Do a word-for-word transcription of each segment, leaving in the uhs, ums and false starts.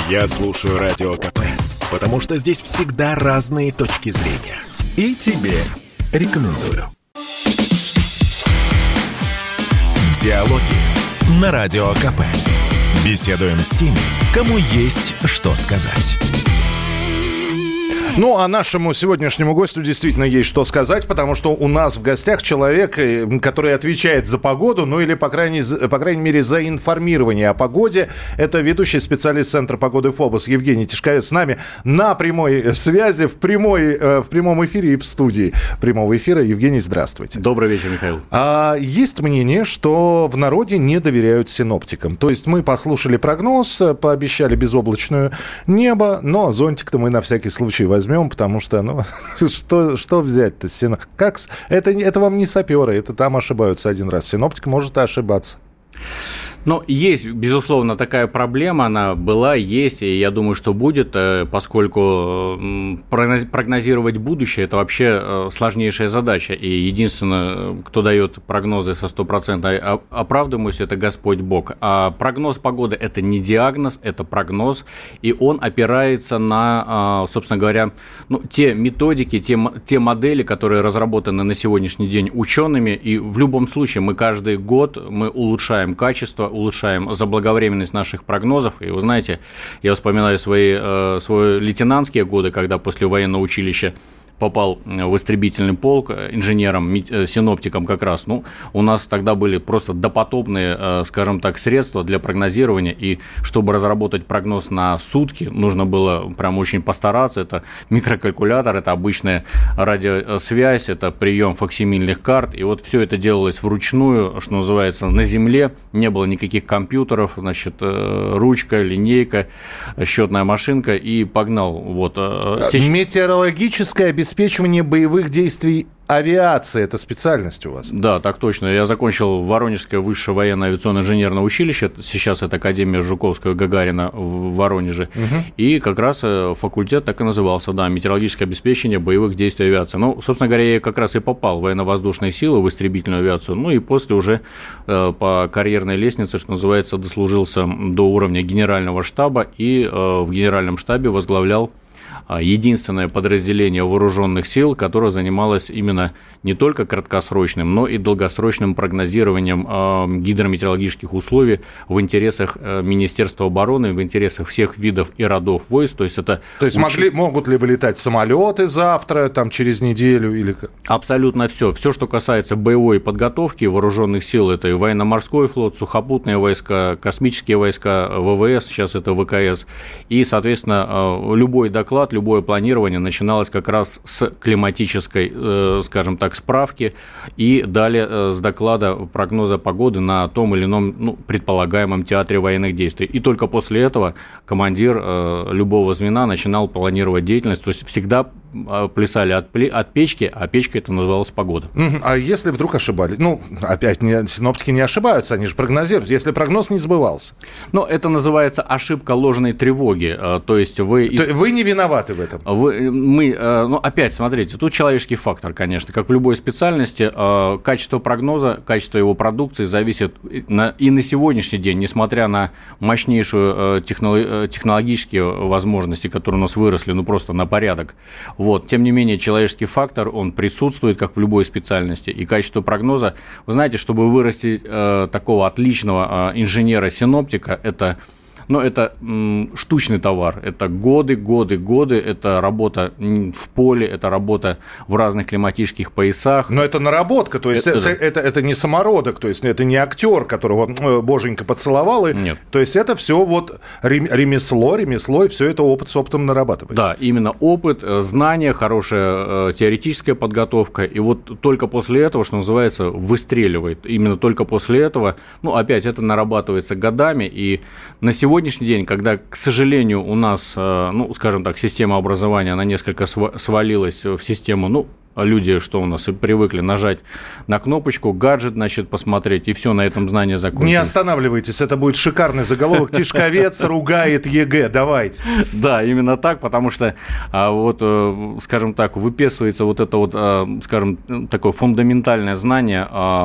Я слушаю Радио КП, потому что здесь всегда разные точки зрения. И тебе рекомендую. Диалоги на Радио КП. Беседуем с теми, кому есть что сказать. Ну, а нашему сегодняшнему гостю действительно есть что сказать, потому что у нас в гостях человек, который отвечает за погоду, ну или, по крайней, по крайней мере, за информирование о погоде. Это ведущий специалист Центра погоды ФОБОС Евгений Тишковец с нами на прямой связи, в, прямой, в прямом эфире и в студии прямого эфира. Евгений, здравствуйте. Добрый вечер, Михаил. А, есть мнение, что в народе не доверяют синоптикам. То есть мы послушали прогноз, пообещали безоблачное небо, но зонтик-то мы на всякий случай возьмем. Потому что, ну, что, что взять-то? Сино... Как... Это, это вам не саперы, это там ошибаются один раз. Синоптик может и ошибаться. Ну, есть, безусловно, такая проблема, она была, есть, и я думаю, что будет, поскольку прогнозировать будущее – это вообще сложнейшая задача, и единственное, кто дает прогнозы со стопроцентной оправдываемостью – это Господь Бог. А прогноз погоды – это не диагноз, это прогноз, и он опирается на, собственно говоря, ну, те методики, те, те модели, которые разработаны на сегодняшний день учеными, и в любом случае мы каждый год мы улучшаем качество, улучшаем заблаговременность наших прогнозов. И вы знаете, я вспоминаю свои, э, свои лейтенантские годы, когда после военного училища попал в истребительный полк инженером, синоптиком как раз. Ну, у нас тогда были просто допотопные, скажем так, средства для прогнозирования, и чтобы разработать прогноз на сутки, нужно было прям очень постараться. Это микрокалькулятор, это обычная радиосвязь, это прием факсимильных карт, и вот все это делалось вручную, что называется, на земле, не было никаких компьютеров, значит, ручка, линейка, счетная машинка, и погнал. Вот. Метеорологическое обеспечение обеспечивание боевых действий авиации – это специальность у вас? Да, так точно. Я закончил Воронежское высшее военное авиационное инженерное училище, сейчас это Академия Жуковского-Гагарина в Воронеже, угу. И как раз факультет так и назывался, да, метеорологическое обеспечение боевых действий авиации. Ну, собственно говоря, я как раз и попал в военно-воздушные силы, в истребительную авиацию, ну и после уже по карьерной лестнице, что называется, дослужился до уровня генерального штаба и в генеральном штабе возглавлял единственное подразделение вооруженных сил, которое занималось именно не только краткосрочным, но и долгосрочным прогнозированием гидрометеорологических условий в интересах Министерства обороны, в интересах всех видов и родов войск. То есть, это То есть уч... могли, могут ли вылетать самолеты завтра, там, через неделю? Или... Абсолютно все. Все, что касается боевой подготовки вооруженных сил, это и военно-морской флот, сухопутные войска, космические войска, ВВС, сейчас это ВКС, и, соответственно, любой доклад, любое планирование начиналось как раз с климатической, скажем так, справки и далее с доклада прогноза погоды на том или ином, ну, предполагаемом театре военных действий. И только после этого командир любого звена начинал планировать деятельность, то есть всегда плясали от, от печки, а печка это называлась погода. А если вдруг ошибались? Ну, опять, не, синоптики не ошибаются, они же прогнозируют, если прогноз не сбывался. Ну, это называется ошибка ложной тревоги, то есть вы... То вы не виноваты в этом? Вы, мы, ну, опять, смотрите, тут человеческий фактор, конечно, как в любой специальности, качество прогноза, качество его продукции зависит на, и на сегодняшний день, несмотря на мощнейшую технологические возможности, которые у нас выросли, ну, просто на порядок. Вот. Тем не менее, человеческий фактор, он присутствует, как в любой специальности, и качество прогноза, вы знаете, чтобы вырастить э, такого отличного э, инженера-синоптика, это... Но это м, штучный товар, это годы, годы, годы, это работа в поле, это работа в разных климатических поясах. Но это наработка, то есть это, это, это, это не самородок, то есть это не актер, которого боженька поцеловал. И, Нет. То есть это все вот ремесло, ремесло, и все это опыт с опытом нарабатывается. Да, именно опыт, знания, хорошая теоретическая подготовка, и вот только после этого, что называется, выстреливает. Именно только после этого, ну, опять, это нарабатывается годами, и на сегодня сегодняшний день, когда, к сожалению, у нас, ну, скажем так, система образования, она несколько свалилась в систему, ну, люди, что у нас, и привыкли нажать на кнопочку, гаджет, значит, посмотреть, и все, на этом знание закончилось. Не останавливайтесь, это будет шикарный заголовок. Тишковец ругает ЕГЭ, давайте. Да, именно так, потому что, вот, скажем так, выписывается вот это вот, скажем, такое фундаментальное знание,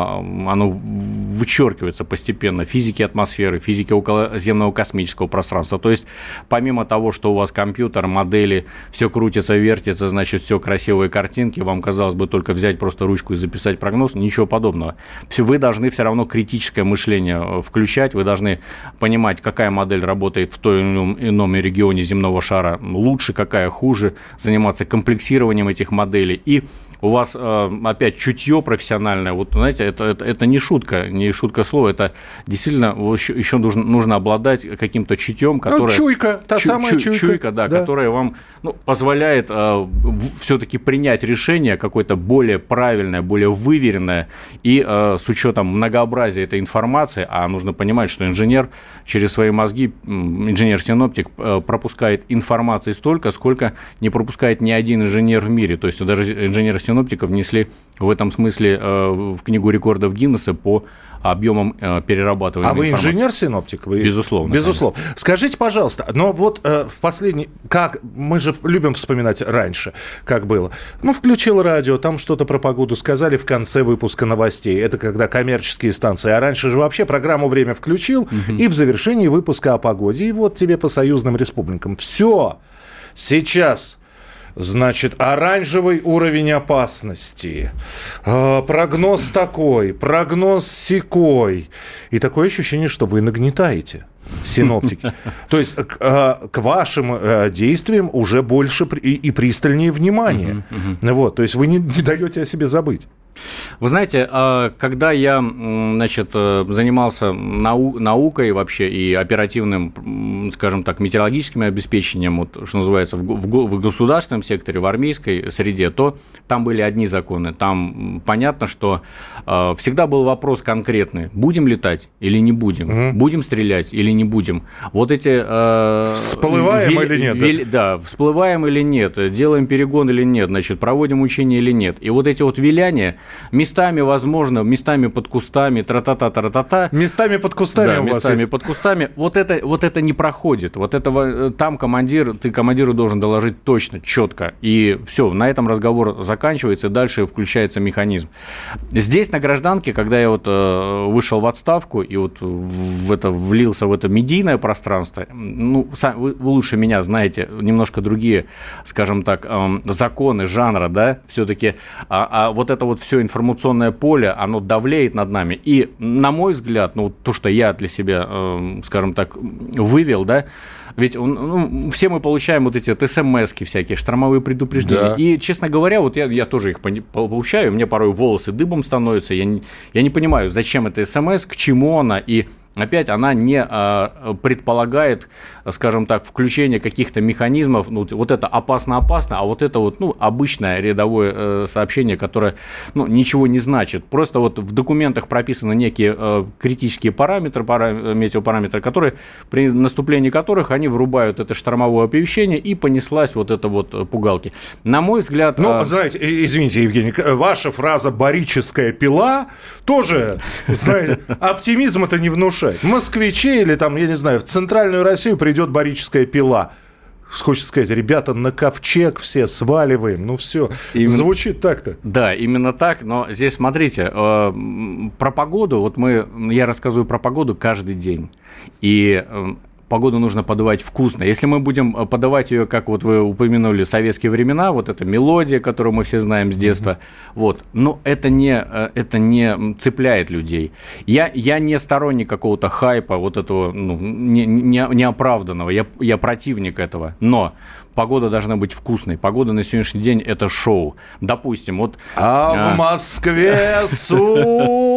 оно вычеркивается постепенно. Физики атмосферы, физики околоземного космического пространства. То есть, помимо того, что у вас компьютер, модели, все крутится, вертится, значит, все красивые картинки, вам, казалось бы, только взять просто ручку и записать прогноз, ничего подобного. Вы должны все равно критическое мышление включать, вы должны понимать, какая модель работает в том или ином регионе земного шара лучше, какая хуже, заниматься комплексированием этих моделей. И у вас опять чутье профессиональное, вот, знаете, это, это, это не шутка, не шутка слова, это действительно еще, еще нужно, нужно обладать каким-то чутьем, которое... Ну, чуйка, та чу- самая чуйка. Чуйка, да, да. Которая вам, ну, позволяет э, все-таки принять решение какое-то более правильное, более выверенное, и э, с учетом многообразия этой информации, а нужно понимать, что инженер через свои мозги, инженер-синоптик э, пропускает информации столько, сколько не пропускает ни один инженер в мире, то есть даже инженеры-синоптики синоптиков внесли в этом смысле э, в книгу рекордов Гиннесса по объемам э, перерабатывания информации. А вы информации. инженер-синоптик? Вы... Безусловно. Безусловно. Конечно. Скажите, пожалуйста, но вот э, в последний... Как... Мы же любим вспоминать раньше, как было. Ну, включил радио, там что-то про погоду сказали в конце выпуска новостей. Это когда коммерческие станции. А раньше же вообще программу «Время» включил, угу. и в завершении выпуска о погоде. И вот тебе по союзным республикам. Все. Сейчас... Значит, оранжевый уровень опасности, э, прогноз такой, прогноз сякой. И такое ощущение, что вы нагнетаете, синоптики. То есть к, э, к вашим э, действиям уже больше и, и пристальнее внимание. Вот, то есть вы не, не даете о себе забыть. Вы знаете, когда я, значит, занимался нау- наукой вообще и оперативным, скажем так, метеорологическим обеспечением, вот, что называется, в, в, в государственном секторе, в армейской среде, то там были одни законы. Там понятно, что э, всегда был вопрос конкретный: будем летать или не будем, угу. будем стрелять или не будем. Вот эти... Э, всплываем ве- или нет? Ве- да? да, всплываем или нет, делаем перегон или нет, значит, проводим учения или нет. И вот эти вот виляния, местами, возможно, местами под кустами, тра-та-та-тра-та-та. Местами под кустами да, у вас местами есть. под кустами. Вот это, вот это не проходит. Вот этого, там командир, ты командиру должен доложить точно, четко. И все, на этом разговор заканчивается, и дальше включается механизм. Здесь, на гражданке, когда я вот вышел в отставку и вот в это, влился в это медийное пространство, ну, вы, вы лучше меня знаете, немножко другие, скажем так, законы жанра, да, все-таки, а, а вот это вот все информационное поле, оно давлеет над нами. И, на мой взгляд, ну, то, что я для себя, э, скажем так, вывел, да, ведь ну, все мы получаем вот эти вот эс-эм-эски всякие, штормовые предупреждения. Да. И, честно говоря, вот я, я тоже их получаю, мне порой волосы дыбом становятся, я не, я не понимаю, зачем эта эс-эм-эс, к чему она, и опять она не а, предполагает, скажем так, включение каких-то механизмов, ну, вот это опасно-опасно, а вот это вот, ну, обычное рядовое э, сообщение, которое, ну, ничего не значит. Просто вот в документах прописаны некие э, критические параметры, пара, метеопараметры, которые, при наступлении которых они врубают это штормовое оповещение, и понеслась вот эта вот пугалки. На мой взгляд... Ну, э... знаете, извините, Евгений, ваша фраза «барическая пила» тоже, знаете, оптимизм это не внушает. Москвичи или там, я не знаю, в центральную Россию придет барическая пила. Хочется сказать, ребята, на ковчег все сваливаем. Ну, все. Именно... Звучит так-то. Да, именно так. Но здесь, смотрите, э, про погоду. Вот мы, я рассказываю про погоду каждый день. И... Э, погоду нужно подавать вкусно. Если мы будем подавать ее, как вот вы упомянули, советские времена, вот эта мелодия, которую мы все знаем с детства, mm-hmm. вот, но это не, это не цепляет людей. Я, я не сторонник какого-то хайпа, вот этого, ну, не, не, неоправданного, я, я противник этого, но погода должна быть вкусной. Погода на сегодняшний день – это шоу. Допустим, вот... А, а... в Москве сугробы.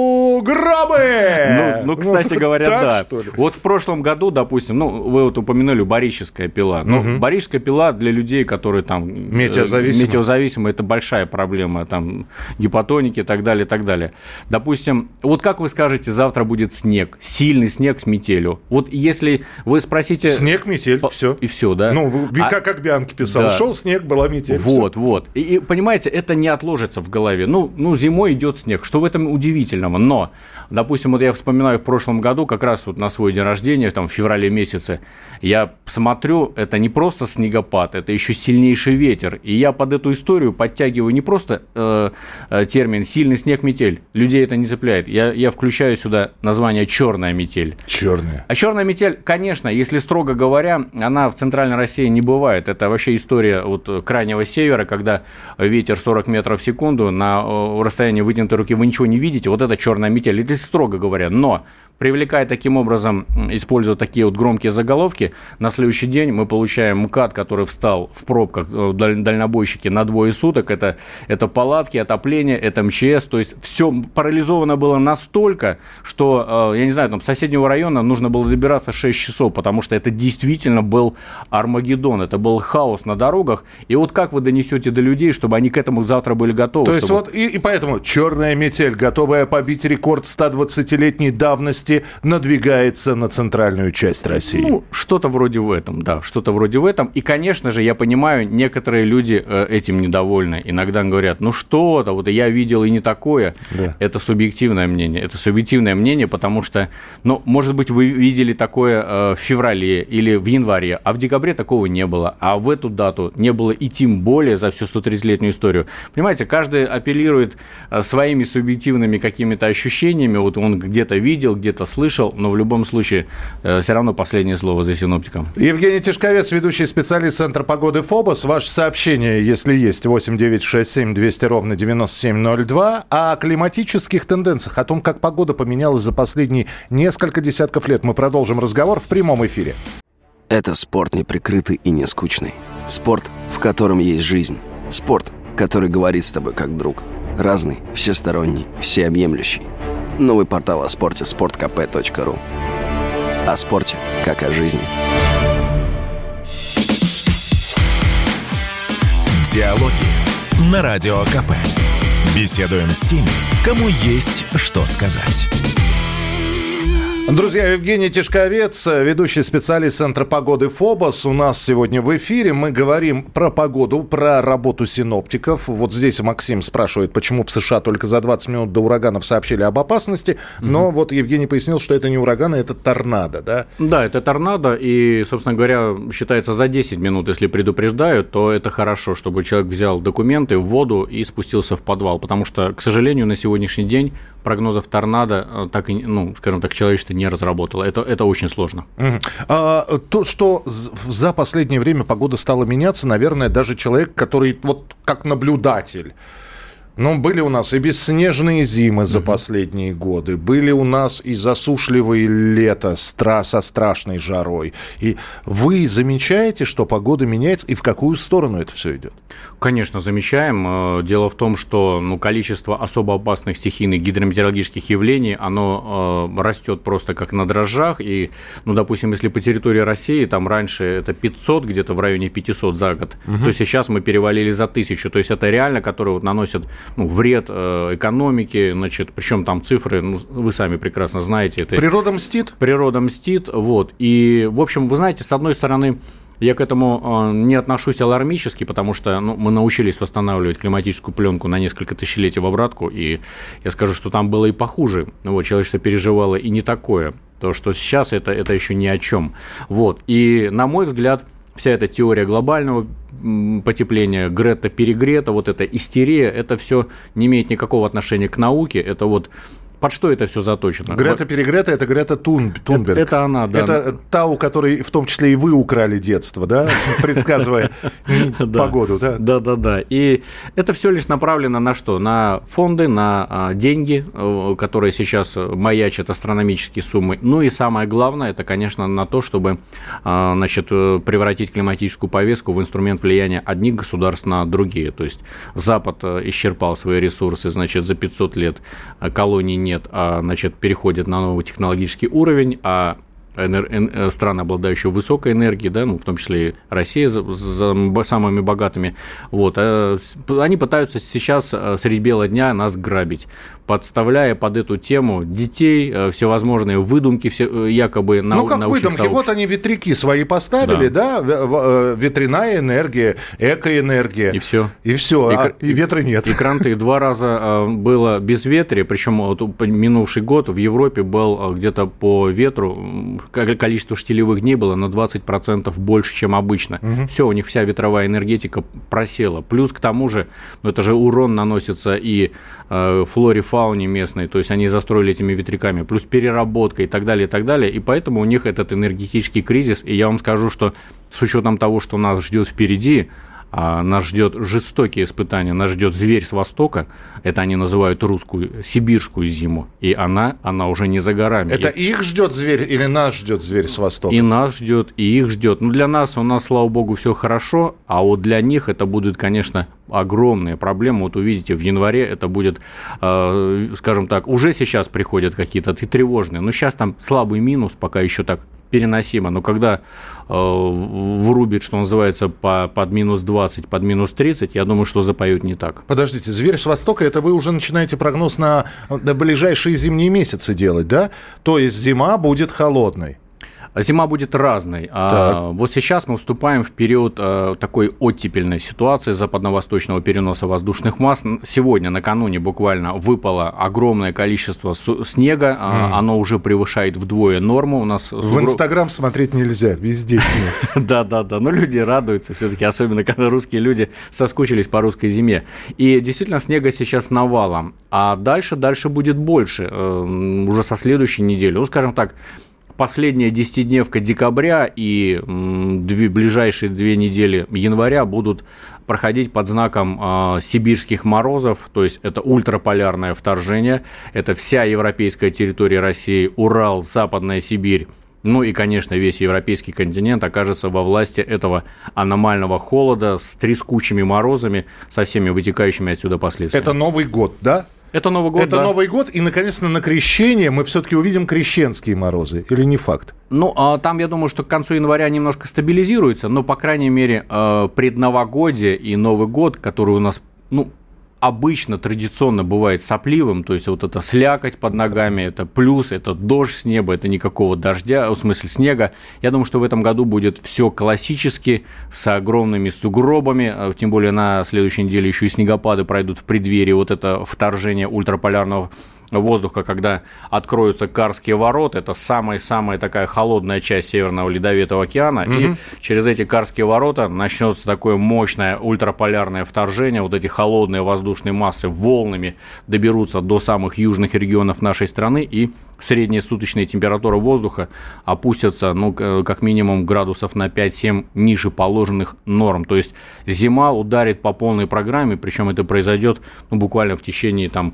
сугробы! Ну, ну кстати ну, говоря, так, да. Что ли? Вот в прошлом году, допустим, ну, вы вот упомянули барическая пила. Ну, угу. барическая пила для людей, которые там... Метеозависимы. Метеозависимы, это большая проблема. Там гипотоники и так далее, и так далее. Допустим, вот как вы скажете, завтра будет снег, сильный снег с метелью. Вот если вы спросите... Снег, метель, все. И все, да? Ну, а... как, как Бианки писал, да. Шел снег, была метель. Вот, все. вот. И, и, понимаете, это не отложится в голове. Ну, ну, зимой идет снег. Что в этом удивительного? Но, допустим, вот я вспоминаю в прошлом году, как раз вот на свой день рождения, там, в феврале месяце, я смотрю, это не просто снегопад, это еще сильнейший ветер. И я под эту историю подтягиваю не просто э, э, термин «сильный снег, метель». Людей это не цепляет. Я, я включаю сюда название «черная метель». Черная. А черная метель, конечно, если строго говоря, она в Центральной России не бывает. Это вообще история вот крайнего севера, когда ветер сорок метров в секунду, на расстоянии вытянутой руки вы ничего не видите. Вот это черная метель, это строго говоря. Но привлекая таким образом, используя такие вот громкие заголовки, на следующий день мы получаем МКАД, который встал в пробках дальнобойщики на двое суток. Это, это палатки, отопление, это МЧС. То есть все парализовано было настолько, что, я не знаю, там с соседнего района нужно было добираться шесть часов, потому что это действительно был Армагеддон, это был хаос на дорогах. И вот как вы донесете до людей, чтобы они к этому завтра были готовы? То есть чтобы... вот и, и поэтому черная метель, готовая побить рекорд ста двадцатилетней давности, надвигается на центральную часть России. Ну, что-то вроде в этом, да, что-то вроде в этом. И, конечно же, я понимаю, некоторые люди этим недовольны. Иногда говорят, ну что-то, вот я видел и не такое. Да. Это субъективное мнение. Это субъективное мнение, потому что, ну, может быть, вы видели такое в феврале или в январе, а в декабре такого не было. А в эту дату не было и тем более за всю стотридцатилетнюю историю. Понимаете, каждый апеллирует своими субъективными какими-то ощущениями. Вот он где-то видел, где-то слышал, но в любом случае э, все равно последнее слово за синоптиком. Евгений Тишковец, ведущий специалист Центра погоды ФОБОС. Ваше сообщение, если есть, восемь девятьсот шестьдесят семь двести ровно девяносто семь ноль два. О климатических тенденциях, о том, как погода поменялась за последние несколько десятков лет. Мы продолжим разговор в прямом эфире. Это спорт неприкрытый и не скучный. Спорт, в котором есть жизнь. Спорт, который говорит с тобой как друг. Разный, всесторонний, всеобъемлющий. Новый портал о спорте – спорт кэ пэ точка ру. О спорте, как о жизни. Диалоги на Радио КП. Беседуем с теми, кому есть что сказать. Друзья, Евгений Тишковец, ведущий специалист Центра погоды ФОБОС, у нас сегодня в эфире. Мы говорим про погоду, про работу синоптиков. Вот здесь Максим спрашивает, почему в США только за двадцать минут до ураганов сообщили об опасности. Но угу. вот Евгений пояснил, что это не ураганы, это торнадо, да? Да, это торнадо. И, собственно говоря, считается за десять минут, если предупреждают, то это хорошо, чтобы человек взял документы в воду и спустился в подвал. Потому что, к сожалению, на сегодняшний день прогнозов торнадо, так и, ну, скажем так, человечество не разработало. Это, это очень сложно. Uh-huh. А, то, что за последнее время погода стала меняться, наверное, даже человек, который вот как наблюдатель. Ну, были у нас и бесснежные зимы за uh-huh. последние годы, были у нас и засушливые лета стра- со страшной жарой. И вы замечаете, что погода меняется, и в какую сторону это все идет? Конечно, замечаем. Дело в том, что ну, количество особо опасных стихийных гидрометеорологических явлений, оно э, растет просто как на дрожжах. И, ну, допустим, если по территории России, там раньше это пятьсот, где-то в районе пятьсот за год, uh-huh. то сейчас мы перевалили за тысячу. То есть это реально, которые вот наносят ну, вред э, экономике, значит, причем там цифры, ну, вы сами прекрасно знаете. Это природа мстит? Природа мстит, вот. И, в общем, вы знаете, с одной стороны, я к этому не отношусь алармически, потому что ну, мы научились восстанавливать климатическую пленку на несколько тысячелетий в обратку, и я скажу, что там было и похуже. Вот, человечество переживало и не такое. То, что сейчас, это, это еще ни о чем. Вот. И, на мой взгляд, вся эта теория глобального потепления, Грета перегрета, вот эта истерия, это все не имеет никакого отношения к науке, это вот под что это все заточено? Грета перегрета – это Грета Тун, Тунберг. Это, это она, да. Это та, у которой в том числе и вы украли детство, да, предсказывая погоду, да? Да, да, да. И это все лишь направлено на что? На фонды, на деньги, которые сейчас маячат астрономические суммы. Ну и самое главное, это, конечно, на то, чтобы, значит, превратить климатическую повестку в инструмент влияния одних государств на другие. То есть Запад исчерпал свои ресурсы, значит, за пятьсот лет колоний нет, а, значит, переходят на новый технологический уровень, а страны, обладающие высокой энергией, да, ну, в том числе и Россия за, за самыми богатыми, вот, они пытаются сейчас средь бела дня нас грабить, подставляя под эту тему детей, всевозможные выдумки, все, якобы на, ну, как выдумки, сообществ. Вот они ветряки свои поставили, да, да? Ветряная энергия, экоэнергия. И все. И все, и, а, и ветра нет. И кранты два раза было безветрие, причем вот минувший год в Европе был где-то по ветру, количество штилевых дней было на двадцать процентов больше, чем обычно. Угу. Все, у них вся ветровая энергетика просела. Плюс к тому же, ну, это же урон наносится и э, флоре, фауне местной, то есть они застроили этими ветряками, плюс переработка и так далее, и так далее. И поэтому у них этот энергетический кризис. И я вам скажу, что с учетом того, что нас ждет впереди, а нас ждет жестокие испытания, нас ждет зверь с востока, это они называют русскую, сибирскую зиму, и она, она уже не за горами. Это и... их ждет зверь или нас ждет зверь с востока? И нас ждет, и их ждет. Ну, для нас, у нас, слава богу, все хорошо, а вот для них это будет, конечно, огромная проблема. Вот увидите, в январе это будет, э, скажем так, уже сейчас приходят какие-то тревожные, но сейчас там слабый минус, пока еще так переносимо, но когда э, врубит, что называется, по, под минус двадцать, под минус тридцать, я думаю, что запоют не так. Подождите, зверь с востока, это вы уже начинаете прогноз на, на ближайшие зимние месяцы делать, да? То есть зима будет холодной. Зима будет разной. А вот сейчас мы вступаем в период а, такой оттепельной ситуации западно-восточного переноса воздушных масс. Сегодня, накануне, буквально выпало огромное количество снега. Mm. А, оно уже превышает вдвое норму. У нас в Инстаграм смотреть нельзя, везде снег. Да-да-да, но люди радуются все-таки, особенно когда русские люди соскучились по русской зиме. И действительно, снега сейчас навалом. А дальше, дальше будет больше, уже со следующей недели. Ну, скажем так, последняя десятидневка декабря и две, ближайшие две недели января будут проходить под знаком э, сибирских морозов, то есть это ультраполярное вторжение, это вся европейская территория России, Урал, Западная Сибирь, ну и, конечно, весь европейский континент окажется во власти этого аномального холода с трескучими морозами, со всеми вытекающими отсюда последствиями. Это Новый год, да? Это Новый год, Это да. Новый год, и, наконец-то, на Крещение мы все-таки увидим крещенские морозы, или не факт? Ну, а там, я думаю, что к концу января немножко стабилизируется, но, по крайней мере, предновогодие и Новый год, который у нас, ну, обычно, традиционно бывает сопливым, то есть вот это слякоть под ногами, это плюс, это дождь с неба, это никакого дождя, в смысле снега. Я думаю, что в этом году будет все классически, с огромными сугробами, тем более на следующей неделе еще и снегопады пройдут в преддверии вот это вторжение ультраполярного воздуха, когда откроются Карские ворота, это самая-самая такая холодная часть Северного Ледовитого океана, угу. И через эти Карские ворота начнется такое мощное ультраполярное вторжение, вот эти холодные воздушные массы волнами доберутся до самых южных регионов нашей страны, и средняя суточная температура воздуха опустится, ну, как минимум градусов на пять-семь ниже положенных норм, то есть зима ударит по полной программе, причем это произойдет, ну, буквально в течение там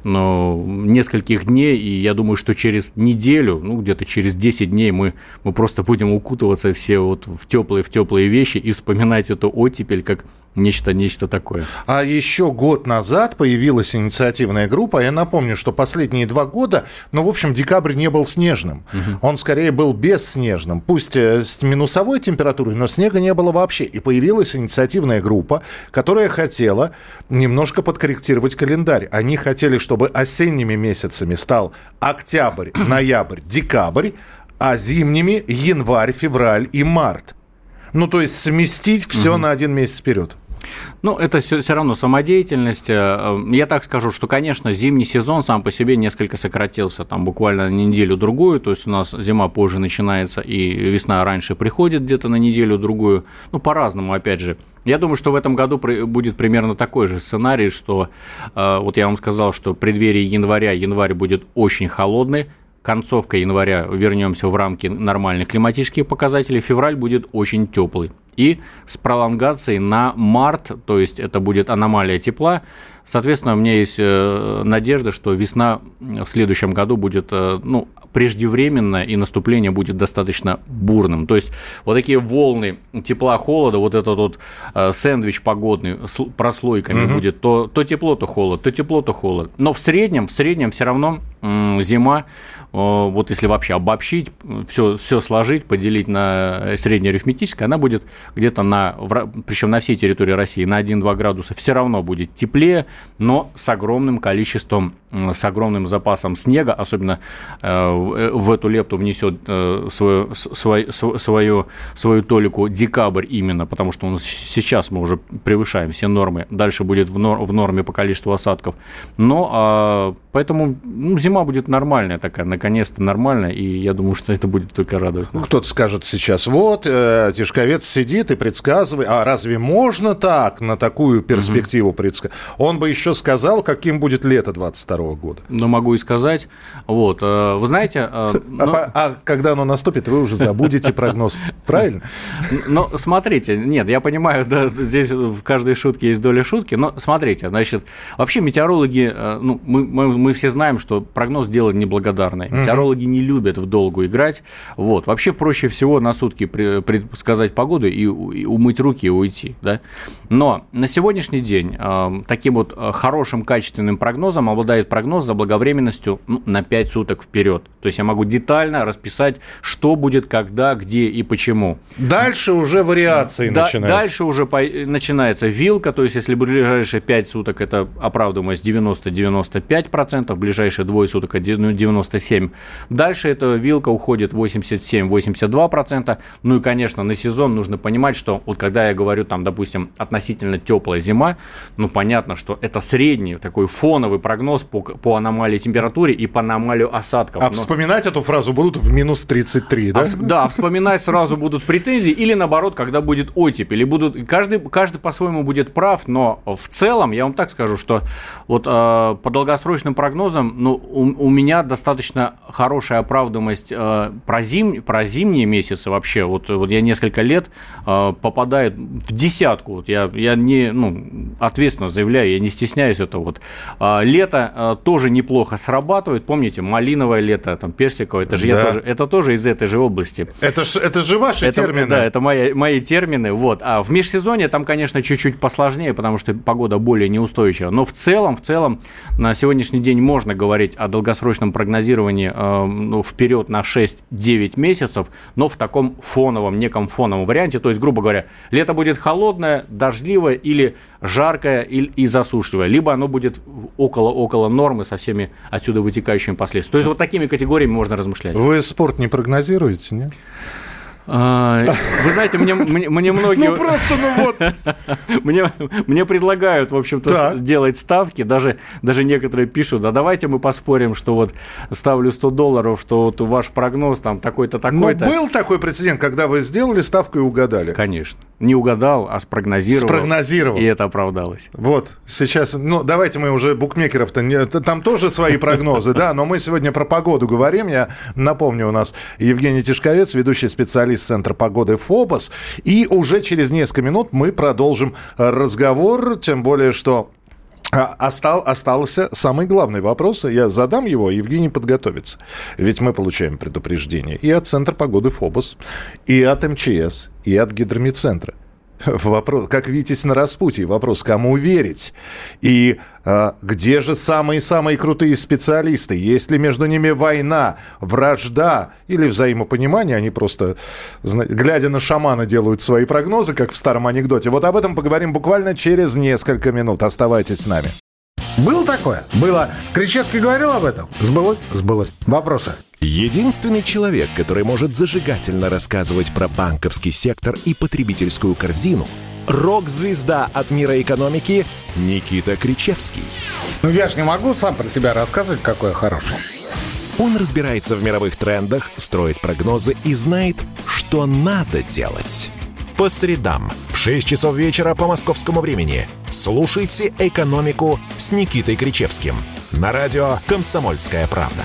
но нескольких дней, и я думаю, что через неделю, ну, где-то через десять дней мы, мы просто будем укутываться все вот в теплые, в теплые вещи и вспоминать эту оттепель как нечто, нечто такое. А еще год назад появилась инициативная группа. Я напомню, что последние два года, ну, в общем, декабрь не был снежным. Угу. Он скорее был бесснежным. Пусть с минусовой температурой, но снега не было вообще. И появилась инициативная группа, которая хотела немножко подкорректировать календарь. Они хотели, чтобы осенними месяцами стал октябрь, ноябрь, декабрь, а зимними январь, февраль и март. Ну, то есть сместить все угу. на один месяц вперед. Ну, это все, все равно самодеятельность. Я так скажу, что, конечно, зимний сезон сам по себе несколько сократился, там буквально на неделю-другую, то есть у нас зима позже начинается и весна раньше приходит где-то на неделю-другую, ну, по-разному, опять же. Я думаю, что в этом году будет примерно такой же сценарий, что, вот я вам сказал, что в преддверии января, январь будет очень холодный, концовка января вернемся в рамки нормальных климатических показателей, февраль будет очень теплый. И с пролонгацией на март, то есть это будет аномалия тепла. Соответственно, у меня есть надежда, что весна в следующем году будет, ну, преждевременная, и наступление будет достаточно бурным. То есть вот такие волны тепла-холода, вот этот вот сэндвич погодный прослойками угу. будет то, то тепло, то холод, то тепло, то холод. Но в среднем, в среднем все равно зима, вот если вообще обобщить, все, все сложить, поделить на среднеарифметическое, она будет где-то на, причем на всей территории России, на один-два градуса все равно будет теплее, но с огромным количеством, с огромным запасом снега, особенно в эту лепту внесет свою, свою, свою, свою толику декабрь именно, потому что он, сейчас мы уже превышаем все нормы, дальше будет в, нор, в норме по количеству осадков, но поэтому ну, зима будет нормальная такая, наконец-то нормальная, и я думаю, что это будет только радовать. Ну, кто-то скажет сейчас, вот, э, Тишковец сидит и предсказывает, а разве можно так, на такую перспективу mm-hmm. предсказать? Он бы еще сказал, каким будет лето двадцать второго года. Ну, могу и сказать. Вот, э, вы знаете... Э, но... а, а когда оно наступит, вы уже забудете прогноз, правильно? Ну, смотрите, нет, я понимаю, да, здесь в каждой шутке есть доля шутки, но смотрите, значит, вообще метеорологи, ну, мы, мы, мы все знаем, что прогноз дело неблагодарное. Метеорологи не любят в долгу играть. Вот. Вообще проще всего на сутки предсказать погоду и умыть руки и уйти. Да? Но на сегодняшний день э, таким вот хорошим, качественным прогнозом обладает прогноз заблаговременностью ну, на пять суток вперед. То есть я могу детально расписать, что будет, когда, где и почему. Дальше уже вариации да, начинаются. Дальше уже по- начинается вилка. То есть если ближайшие пять суток это оправдываемость девяносто-девяносто пять процентов, ближайшие двое суток девяносто семь процентов. Дальше эта вилка уходит восемьдесят семь - восемьдесят два процента. Ну и, конечно, на сезон нужно понимать, что вот когда я говорю, там, допустим, относительно теплая зима, ну, понятно, что это средний такой фоновый прогноз по, по аномалии температуры и по аномалию осадков. А Но... вспоминать эту фразу будут в минус тридцать три, да? А, да, вспоминать сразу будут претензии или, наоборот, когда будет оттепель. Или будут... каждый, каждый по-своему будет прав, но в целом, я вам так скажу, что вот э, по долгосрочным прогнозам, ну, у, у меня достаточно хорошая оправдываемость э, про, зим, про зимние месяцы вообще. Вот, вот я несколько лет э, попадаю в десятку. Вот я, я не, ну, ответственно заявляю, я не стесняюсь этого. Вот. Э, лето э, тоже неплохо срабатывает. Помните, малиновое лето, там, персиковое, это же, да. я тоже, это тоже из этой же области. Это, ж, это же ваши это, термины. Да, это мои, мои термины. Вот. А в межсезонье там, конечно, чуть-чуть посложнее, потому что погода более неустойчива. Но в целом, в целом на сегодняшний день можно говорить о долгосрочном прогнозировании э, ну, вперед на шесть-девять месяцев, но в таком фоновом, неком фоновом варианте. То есть, грубо говоря, лето будет холодное, дождливое или жаркое и, и засушливое, либо оно будет около, около нормы со всеми отсюда вытекающими последствиями. То есть, вот такими категориями можно размышлять. Вы спорт не прогнозируете, нет? Вы знаете, мне, мне, мне многие... Ну, просто, ну вот... мне, мне предлагают, в общем-то, так. сделать ставки. Даже, даже некоторые пишут, да давайте мы поспорим, что вот ставлю сто долларов, что вот ваш прогноз там такой-то, такой-то. Но был такой прецедент, когда вы сделали ставку и угадали? Конечно. Не угадал, а спрогнозировал. Спрогнозировал. И это оправдалось. Вот, сейчас... Ну, давайте мы уже букмекеров-то... Не, там тоже свои прогнозы, да, но мы сегодня про погоду говорим. Я напомню, у нас Евгений Тишковец, ведущий специалист Центра погоды ФОБОС. И уже через несколько минут мы продолжим разговор, тем более, что остал, остался самый главный вопрос. Я задам его, Евгений подготовится. Ведь мы получаем предупреждение и от Центра погоды ФОБОС, и от эм че эс, и от Гидромедцентра. Вопрос, как Витязь на распутье, вопрос, кому верить? И а, где же самые-самые крутые специалисты? Есть ли между ними война, вражда или взаимопонимание? Они просто, глядя на шамана, делают свои прогнозы, как в старом анекдоте. Вот об этом поговорим буквально через несколько минут. Оставайтесь с нами. Было такое? Было. Кричевский говорил об этом? Сбылось? Сбылось. Вопросы? Единственный человек, который может зажигательно рассказывать про банковский сектор и потребительскую корзину – рок-звезда от мира экономики Никита Кричевский. Ну, я же не могу сам про себя рассказывать, какой я хороший. Он разбирается в мировых трендах, строит прогнозы и знает, что надо делать. По средам в шесть часов вечера по московскому времени слушайте «Экономику» с Никитой Кричевским на радио «Комсомольская правда».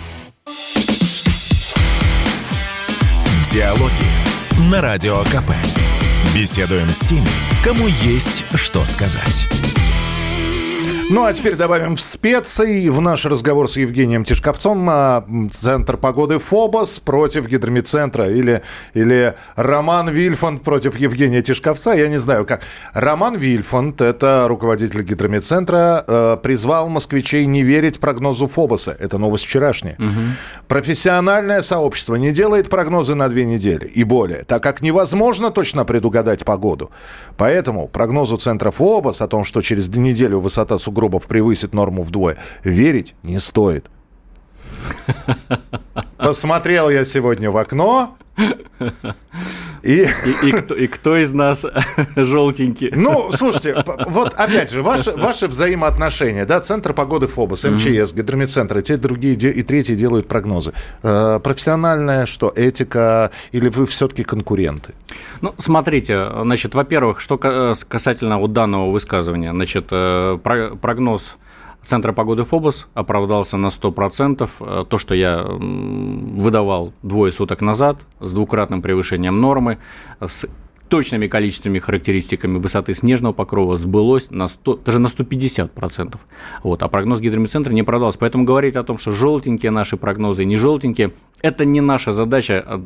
Диалоги на Радио КП. Беседуем с теми, кому есть что сказать. Ну, а теперь добавим специй в наш разговор с Евгением Тишковцом. Центр погоды «Фобос» против гидромедцентра. Или, или Роман Вильфанд против Евгения Тишковца. Я не знаю, как. Роман Вильфанд, это руководитель гидромедцентра, э, призвал москвичей не верить прогнозу «Фобоса». Это новость вчерашняя. Угу. Профессиональное сообщество не делает прогнозы на две недели и более, так как невозможно точно предугадать погоду. Поэтому прогнозу центра «Фобос» о том, что через неделю высота сугробов превысит норму вдвое, верить не стоит. Посмотрел я сегодня в окно. И... И, и, кто, и кто из нас желтенький? Ну, слушайте, вот опять же, ваши, ваши взаимоотношения, да, Центр погоды «Фобос», МЧС, mm-hmm. гидромедцентр, и те другие и третьи делают прогнозы. Э, профессиональная что, этика, или вы все-таки конкуренты? Ну, смотрите, значит, во-первых, что касательно вот данного высказывания, значит, прогноз Центра погоды «Фобос» оправдался на сто процентов. То, что я выдавал двое суток назад с двукратным превышением нормы, с точными количественными характеристиками высоты снежного покрова сбылось на сто, даже на сто пятьдесят процентов. Вот, а прогноз гидромедцентра не оправдался. Поэтому говорить о том, что желтенькие наши прогнозы и не желтенькие, это не наша задача,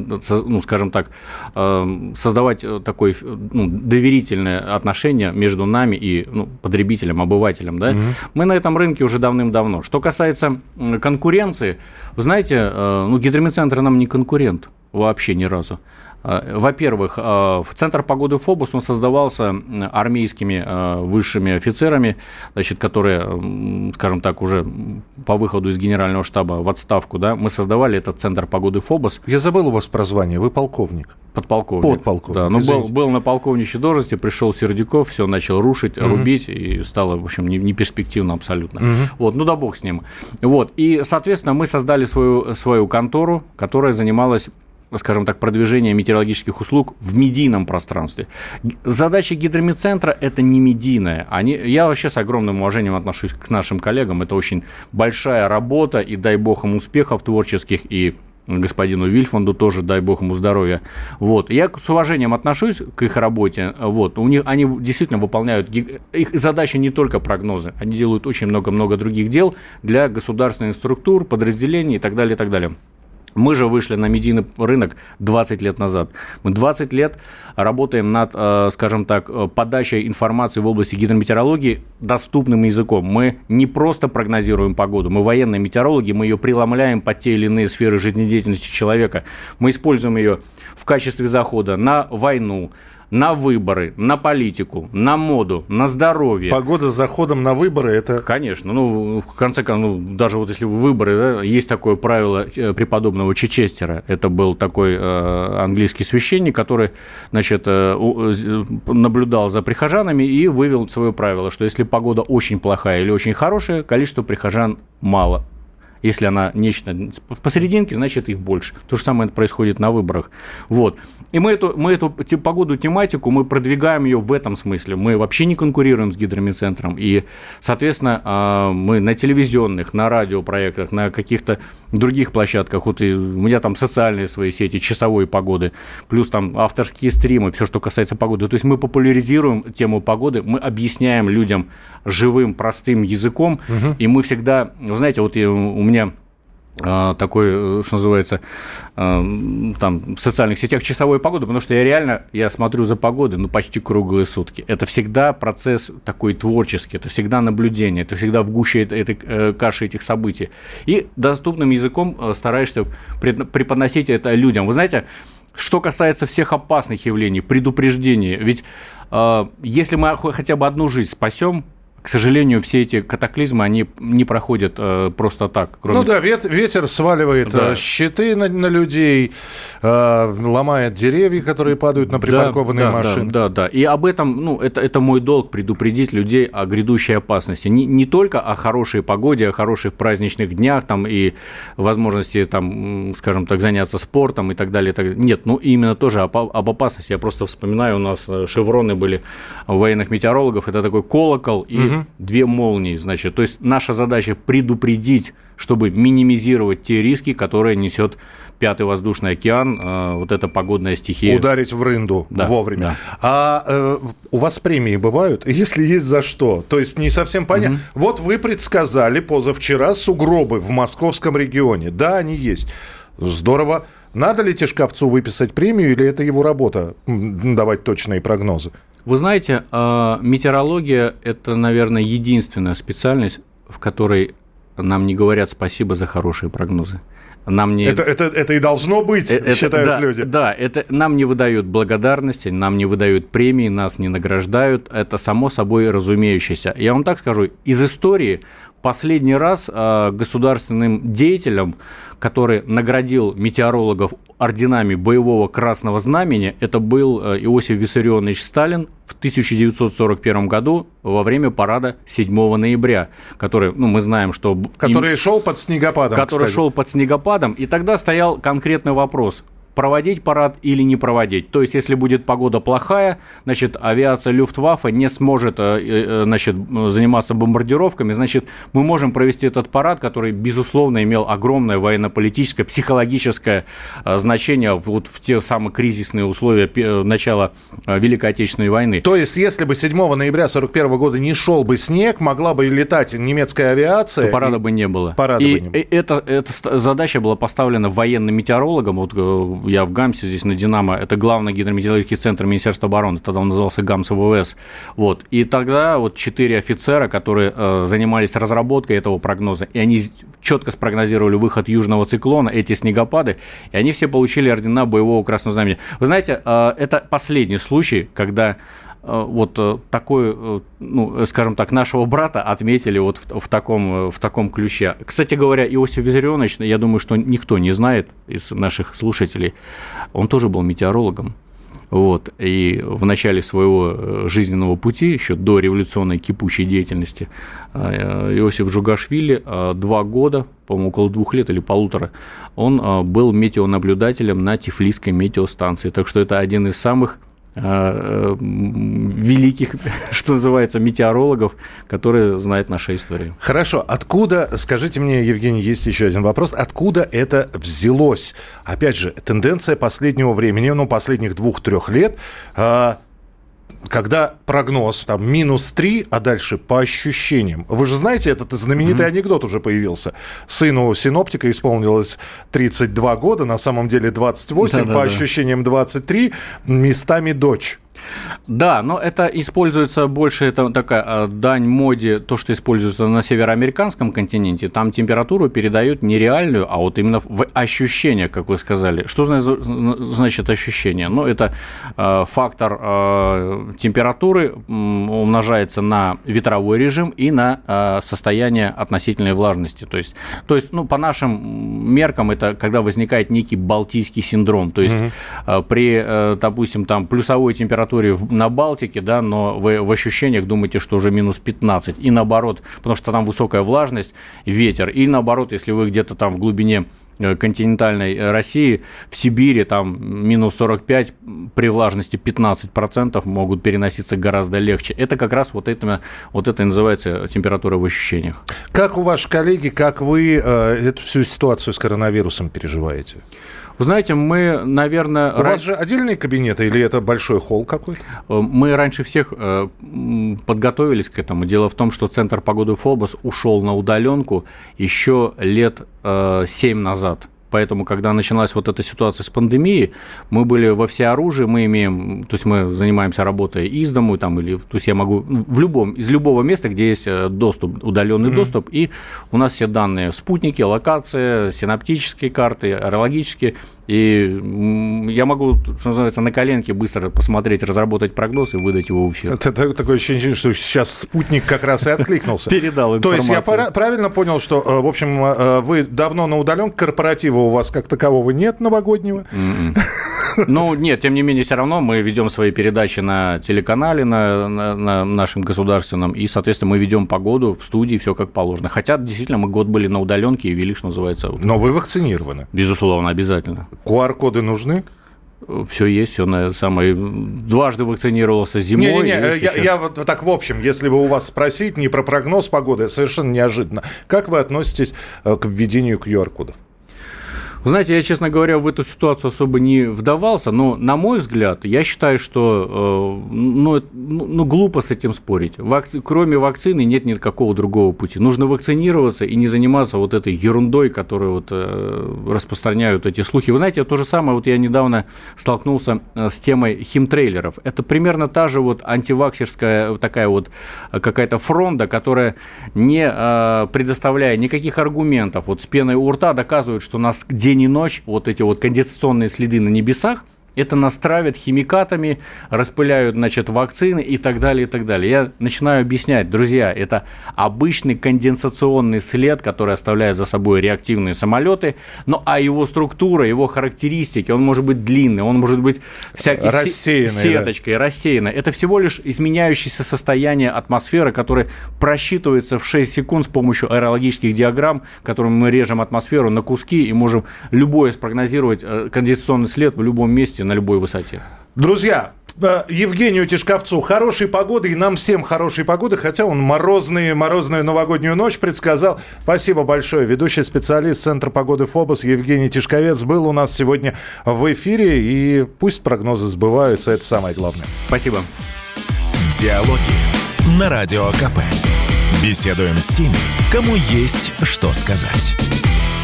ну, скажем так, создавать такое, ну, доверительное отношение между нами и, ну, потребителем, обывателем. Да? Угу. Мы на этом рынке уже давным-давно. Что касается конкуренции, вы знаете, ну, гидромедцентр нам не конкурент вообще ни разу. Во-первых, Центр погоды «Фобос» он создавался армейскими высшими офицерами, значит, которые, скажем так, уже по выходу из генерального штаба в отставку, да, мы создавали этот Центр погоды «Фобос». Я забыл у вас прозвание, вы полковник. Подполковник. Подполковник. Да, но был, был на полковничьей должности, пришел Сердюков, все начал рушить, угу. рубить, и стало, в общем, неперспективно абсолютно. Угу. Вот, ну да бог с ним. Вот, и, соответственно, мы создали свою, свою контору, которая занималась, скажем так, продвижение метеорологических услуг в медийном пространстве. Задача гидромедцентра – это не медийная. Они, я вообще с огромным уважением отношусь к нашим коллегам. Это очень большая работа, и дай бог им успехов творческих, и господину Вильфанду тоже, дай бог ему здоровья. Вот. Я с уважением отношусь к их работе. Вот. У них, они действительно выполняют... Их задача не только прогнозы. Они делают очень много-много других дел для государственных структур, подразделений и так далее, и так далее. Мы же вышли на медийный рынок двадцать лет назад. Мы двадцать лет работаем над, скажем так, подачей информации в области гидрометеорологии доступным языком. Мы не просто прогнозируем погоду, мы военные метеорологи, мы ее преломляем под те или иные сферы жизнедеятельности человека. Мы используем ее в качестве захода на войну, на выборы, на политику, на моду, на здоровье. Погода с заходом на выборы – это… Конечно. Ну, в конце концов, ну, даже вот если выборы, да, есть такое правило преподобного Чичестера. Это был такой э, английский священник, который, значит, э, наблюдал за прихожанами и вывел свое правило, что если погода очень плохая или очень хорошая, количество прихожан мало. Если она нечто посерединке, значит, их больше. То же самое происходит на выборах. Вот. И мы эту, мы эту погоду, тематику, мы продвигаем ее в этом смысле. Мы вообще не конкурируем с гидромедцентром. И, соответственно, мы на телевизионных, на радиопроектах, на каких-то других площадках, вот и у меня там социальные свои сети, часовой погоды, плюс там авторские стримы, все, что касается погоды. То есть мы популяризируем тему погоды, мы объясняем людям живым, простым языком, угу. И мы всегда, вы знаете, вот я, у меня такой, что называется, там, в социальных сетях часовой погоды, потому что я реально, я смотрю за погодой, ну, почти круглые сутки. Это всегда процесс такой творческий, это всегда наблюдение, это всегда в гуще этой каши этих событий. И доступным языком стараешься преподносить это людям. Вы знаете, что касается всех опасных явлений, предупреждений, ведь если мы хотя бы одну жизнь спасем, к сожалению, все эти катаклизмы, они не проходят э, просто так. Кроме... Ну да, вет, ветер сваливает да. щиты на, на людей, э, ломает деревья, которые падают на припаркованные да, машины. Да, да, да. И об этом, ну, это, это мой долг предупредить людей о грядущей опасности. Не, не только о хорошей погоде, о хороших праздничных днях там, и возможности, там, скажем так, заняться спортом и так далее. И так далее. Нет, ну именно тоже об, об опасности. Я просто вспоминаю, у нас шевроны были у военных метеорологов, это такой колокол и угу. две молнии, значит. То есть наша задача предупредить, чтобы минимизировать те риски, которые несет Пятый воздушный океан, э, вот эта погодная стихия. Ударить в рынду да, вовремя. Да. А э, у вас премии бывают? Если есть, за что? То есть не совсем понятно. Угу. Вот вы предсказали позавчера сугробы в московском регионе. Да, они есть. Здорово. Надо ли Тишковцу выписать премию, или это его работа давать точные прогнозы? Вы знаете, э, метеорология – это, наверное, единственная специальность, в которой нам не говорят спасибо за хорошие прогнозы. Нам не... это, это, это и должно быть, это, считают да, люди. Да, это нам не выдают благодарности, нам не выдают премии, нас не награждают. Это само собой разумеющееся. Я вам так скажу, из истории последний раз э, государственным деятелем, который наградил метеорологов орденами боевого Красного Знамени, это был Иосиф Виссарионович Сталин в тысяча девятьсот сорок первом году во время парада седьмого ноября, который, ну, мы знаем, что... Который им... шел под снегопадом, Который кстати. шел под снегопадом, и тогда стоял конкретный вопрос – проводить парад или не проводить. То есть, если будет погода плохая, значит, авиация Люфтваффе не сможет, значит, заниматься бомбардировками, значит, мы можем провести этот парад, который, безусловно, имел огромное военно-политическое, психологическое значение вот в те самые кризисные условия начала Великой Отечественной войны. То есть, если бы седьмого ноября сорок первого года не шел бы снег, могла бы летать немецкая авиация... То парада и... бы не было. Парада и бы не было. Эта, эта задача была поставлена военным метеорологом, вот я в ГАМСе, здесь на «Динамо», это главный гидрометеорологический центр Министерства обороны, тогда он назывался ГАМС ВВС. Вот. И тогда вот четыре офицера, которые э, занимались разработкой этого прогноза, и они четко спрогнозировали выход южного циклона, эти снегопады, и они все получили ордена боевого Красного Знамени. Вы знаете, э, это последний случай, когда вот такой, ну, скажем так, нашего брата отметили вот в, в, таком, в таком ключе. Кстати говоря, Иосиф Виссарионович, я думаю, что никто не знает из наших слушателей, он тоже был метеорологом. Вот, и в начале своего жизненного пути, еще до революционной кипучей деятельности, Иосиф Джугашвили два года, по-моему, около двух лет или полутора, он был метеонаблюдателем на Тифлисской метеостанции. Так что это один из самых великих, что называется, метеорологов, которые знают нашу историю. Хорошо. Откуда, скажите мне, Евгений, есть еще один вопрос, откуда это взялось? Опять же, тенденция последнего времени, ну, последних двух-трех лет, когда прогноз там минус три, а дальше по ощущениям. Вы же знаете, этот знаменитый mm-hmm. анекдот уже появился. Сыну синоптика исполнилось тридцать два года, на самом деле двадцать восемь, да, по да, ощущениям двадцать три, местами дочь. Да, но это используется больше, это такая дань моде, то, что используется на североамериканском континенте, там температуру передают не реальную, а вот именно в ощущениях, как вы сказали. Что значит ощущение? Ну, это фактор температуры умножается на ветровой режим и на состояние относительной влажности. То есть, то есть ну, по нашим меркам, это когда возникает некий балтийский синдром, то есть mm-hmm. при, допустим, там плюсовой температуре на Балтике, да, но вы в ощущениях думаете, что уже минус пятнадцать, и наоборот, потому что там высокая влажность, ветер, и наоборот, если вы где-то там в глубине континентальной России, в Сибири там минус сорок пять, при влажности пятнадцать процентов могут переноситься гораздо легче. Это как раз вот это, вот это и называется температура в ощущениях. Как у ваших коллеги, как вы э, эту всю ситуацию с коронавирусом переживаете? Вы знаете, мы, наверное... У раньше... вас же отдельные кабинеты или это большой холл какой-то? Мы раньше всех подготовились к этому. Дело в том, что Центр погоды Фобос ушел на удаленку еще лет семь назад. Поэтому, когда началась вот эта ситуация с пандемией, мы были во всеоружии, мы имеем, то есть мы занимаемся работой из дому, там, или, то есть я могу в любом, из любого места, где есть доступ, удаленный mm-hmm. доступ, и у нас все данные, спутники, локации, синаптические карты, аэрологические, и я могу, что называется, на коленке быстро посмотреть, разработать прогноз и выдать его в эфир. Это такое ощущение, что сейчас спутник как раз и откликнулся. Передал информацию. То есть я правильно понял, что, в общем, вы давно на удаленке, корпоратива у вас как такового нет новогоднего? Ну, нет, тем не менее, все равно мы ведем свои передачи на телеканале, на, на, на нашем государственном, и, соответственно, мы ведем погоду в студии, все как положено. Хотя, действительно, мы год были на удаленке и вели, что называется. Но вы вакцинированы? Безусловно, обязательно. ку ар коды нужны? Все есть, все на самое. Дважды вакцинировался зимой. Не-не-не, я, я вот так в общем, если бы у вас спросить не про прогноз погоды, совершенно неожиданно. Как вы относитесь к введению ку ар-кодов? Вы знаете, я, честно говоря, в эту ситуацию особо не вдавался, но, на мой взгляд, я считаю, что э, ну, ну, глупо с этим спорить. Вакци... Кроме вакцины нет никакого другого пути. Нужно вакцинироваться и не заниматься вот этой ерундой, которую вот, э, распространяют эти слухи. Вы знаете, то же самое, вот я недавно столкнулся с темой химтрейлеров. Это примерно та же вот антиваксерская такая вот какая-то фронта, которая, не э, предоставляя никаких аргументов, вот с пеной у рта доказывает, что нас день и ночь, вот эти вот конденсационные следы на небесах, это нас травят химикатами, распыляют, значит, вакцины и так далее, и так далее. Я начинаю объяснять, друзья, это обычный конденсационный след, который оставляет за собой реактивные самолеты, ну, а его структура, его характеристики, он может быть длинный, он может быть всякой сеточкой, да. рассеянной. Это всего лишь изменяющееся состояние атмосферы, которое просчитывается в шесть секунд с помощью аэрологических диаграмм, которыми мы режем атмосферу на куски и можем любое спрогнозировать конденсационный след в любом месте, на любой высоте. Друзья, Евгению Тишковцу хорошей погоды, и нам всем хорошей погоды, хотя он морозный, морозную новогоднюю ночь предсказал. Спасибо большое. Ведущий специалист Центра погоды ФОБОС Евгений Тишковец был у нас сегодня в эфире, и пусть прогнозы сбываются, это самое главное. Спасибо. Диалоги на Радио КП. Беседуем с теми, кому есть что сказать.